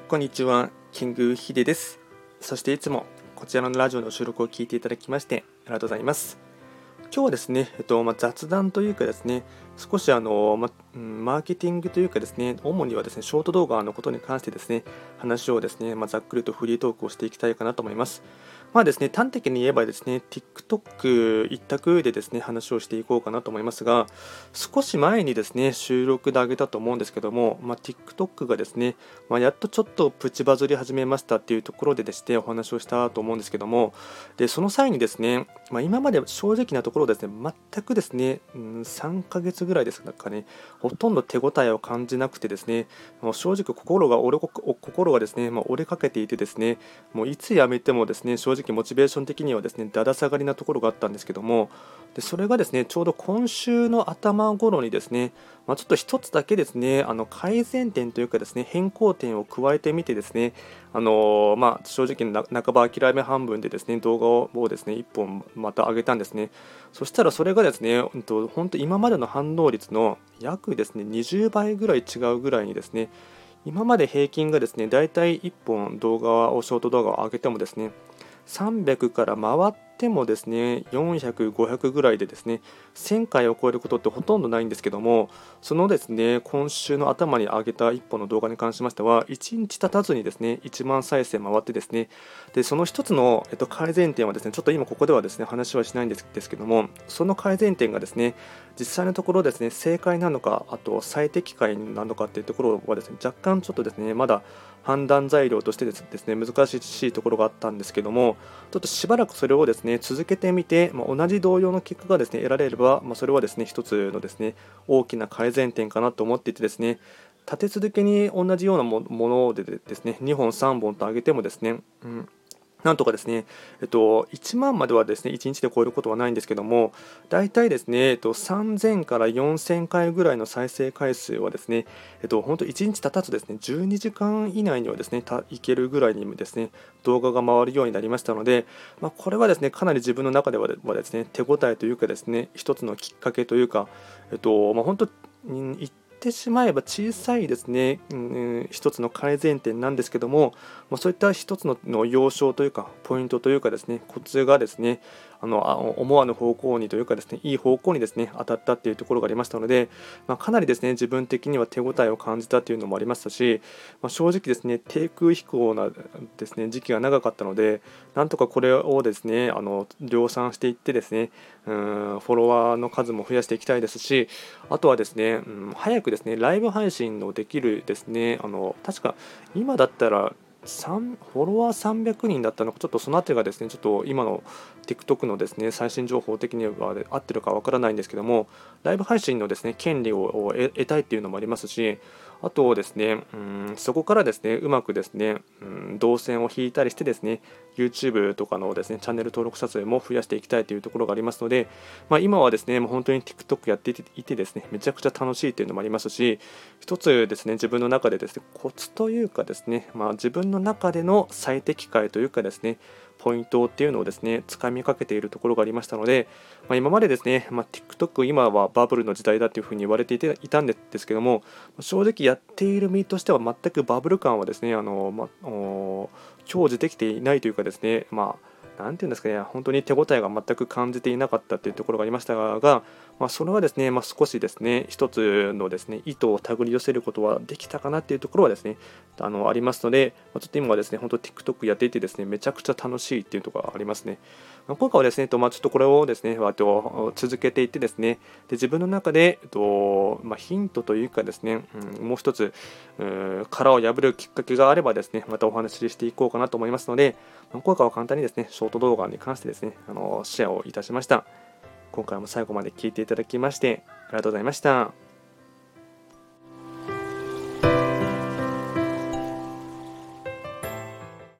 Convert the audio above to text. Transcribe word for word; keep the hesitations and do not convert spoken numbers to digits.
こんにちは、キングヒデです。そしていつもこちらのラジオの収録を聞いていただきましてありがとうございます。今日はですね、えっとまあ、雑談というかですね、少しあの、ま、マーケティングというかですね、主にはですね、ショート動画のことに関してですね、話をですね、まあ、ざっくりとフリートークをしていきたいかなと思います。まあですね、端的に言えばですね、TikTok 一択でですね、話をしていこうかなと思いますが、少し前にですね、収録で上げたと思うんですけども、まあ、TikTok がですね、まあ、やっとちょっとプチバズり始めましたっていうところでですね、お話をしたと思うんですけども、で、その際にですね、まあ、今まで正直なところですね、全くですね、うん、さんかげつぐらいですかね、ほとんど手応えを感じなくてですね、もう正直心が折れ心がですね、まあ、折れかけていてですね、もういつ辞めてもですね、正直モチベーション的にはですね、だだ下がりなところがあったんですけども、でそれがですね、ちょうど今週の頭頃にですね、まあ、ちょっと一つだけですね、あの改善点というかですね、変更点を加えてみてですね、あのーまあ、正直な半ば諦め半分でですね、動画をですね、いっぽんまた上げたんですね。そしたらそれがですね、うんと本当今までの反応率の約ですね、にじゅうばいぐらい違うぐらいにですね、今まで平均がですね、だいたいいっぽん動画を、ショート動画を上げてもですね、さんびゃくから回ってもですね、よんひゃく、ごひゃくぐらいでですね、せんかいを超えることってほとんどないんですけども、そのですね、今週の頭に上げたいっぽんの動画に関しましては、いちにち経たずにですね、いちまん再生回ってですね、で、その一つの、えっと、改善点はですね、ちょっと今ここではですね、話はしないんですですけども、その改善点がですね、実際のところですね、正解なのか、あと最適解なのかっていうところはですね、若干ちょっとですね、まだ判断材料としてですね、難しいところがあったんですけども、ちょっとしばらくそれをですね、続けてみて、まあ、同じ同様の結果がですね、得られれば、まあ、それはですね、一つのですね、大きな改善点かなと思っていてですね、立て続けに同じようなものでですね、にほん、さんぼんと上げてもですね、うん、なんとかですね、えっと、いちまんまではですね、いちにちで超えることはないんですけども、大体ですね、えっと、さんぜんからよんせんかいぐらいの再生回数はですね、えっと、本当いちにち経たずですね、じゅうにじかん以内にはですね、たいけるぐらいにですね、動画が回るようになりましたので、まあ、これはですね、かなり自分の中ではですね、手応えというかですね、一つのきっかけというか、えっと、まあ、本当、言ってしまえば小さいですね、うん、一つの改善点なんですけども、まあ、そういった一つのの要衝というかポイントというかですね、コツがですね、あのあ思わぬ方向にというかですね、いい方向にですね当たったっていうところがありましたので、まあ、かなりですね自分的には手応えを感じたというのもありましたし、まあ、正直ですね低空飛行なですね時期が長かったので、なんとかこれをですねあの量産していってですね、うんフォロワーの数も増やしていきたいですし、あとはですね、うん、早くですねライブ配信のできるですね、あの確か今だったらさんフォロワーさんびゃくにんだったのか、ちょっとそのあたりがですね、ちょっと今の TikTok のですね、最新情報的には合ってるかわからないんですけども、ライブ配信のですね、権利を得たいっていうのもありますし、あとですね、うん、そこからですね、うまくですね、うん、動線を引いたりしてですね、YouTube とかのですね、チャンネル登録者数も増やしていきたいというところがありますので、まあ、今はですね、もう本当に TikTok やっていてですね、めちゃくちゃ楽しいというのもありますし、一つですね、自分の中でですね、コツというかですね、まあ、自分の中での最適解というかですね、ポイントっていうのをですね、掴みかけているところがありましたので、まあ、今までですね、まあ、TikTok 今はバブルの時代だというふうに言われていていたんですけども、正直やっている身としては全くバブル感はですね、あの、まあ、享受できていないというかですね、まあなんていうんですかね、本当に手応えが全く感じていなかったというところがありましたが、まあ、それはですね、まあ、少しですね、一つのですね、意図を手繰り寄せることはできたかなというところはですね、あのありますので、まあ、ちょっと今はですね、本当 TikTok やっていてですね、めちゃくちゃ楽しいっていうところがありますね。まあ、今回はですね、まあ、ちょっとこれをですね、と続けていってですね、で自分の中で、とまあ、ヒントというかですね、うん、もう一つ、殻を破るきっかけがあればですね、またお話ししていこうかなと思いますので、今回は簡単にですね、ショート動画に関してですね、あのシェアをいたしました。今回も最後まで聞いていただきましてありがとうございました。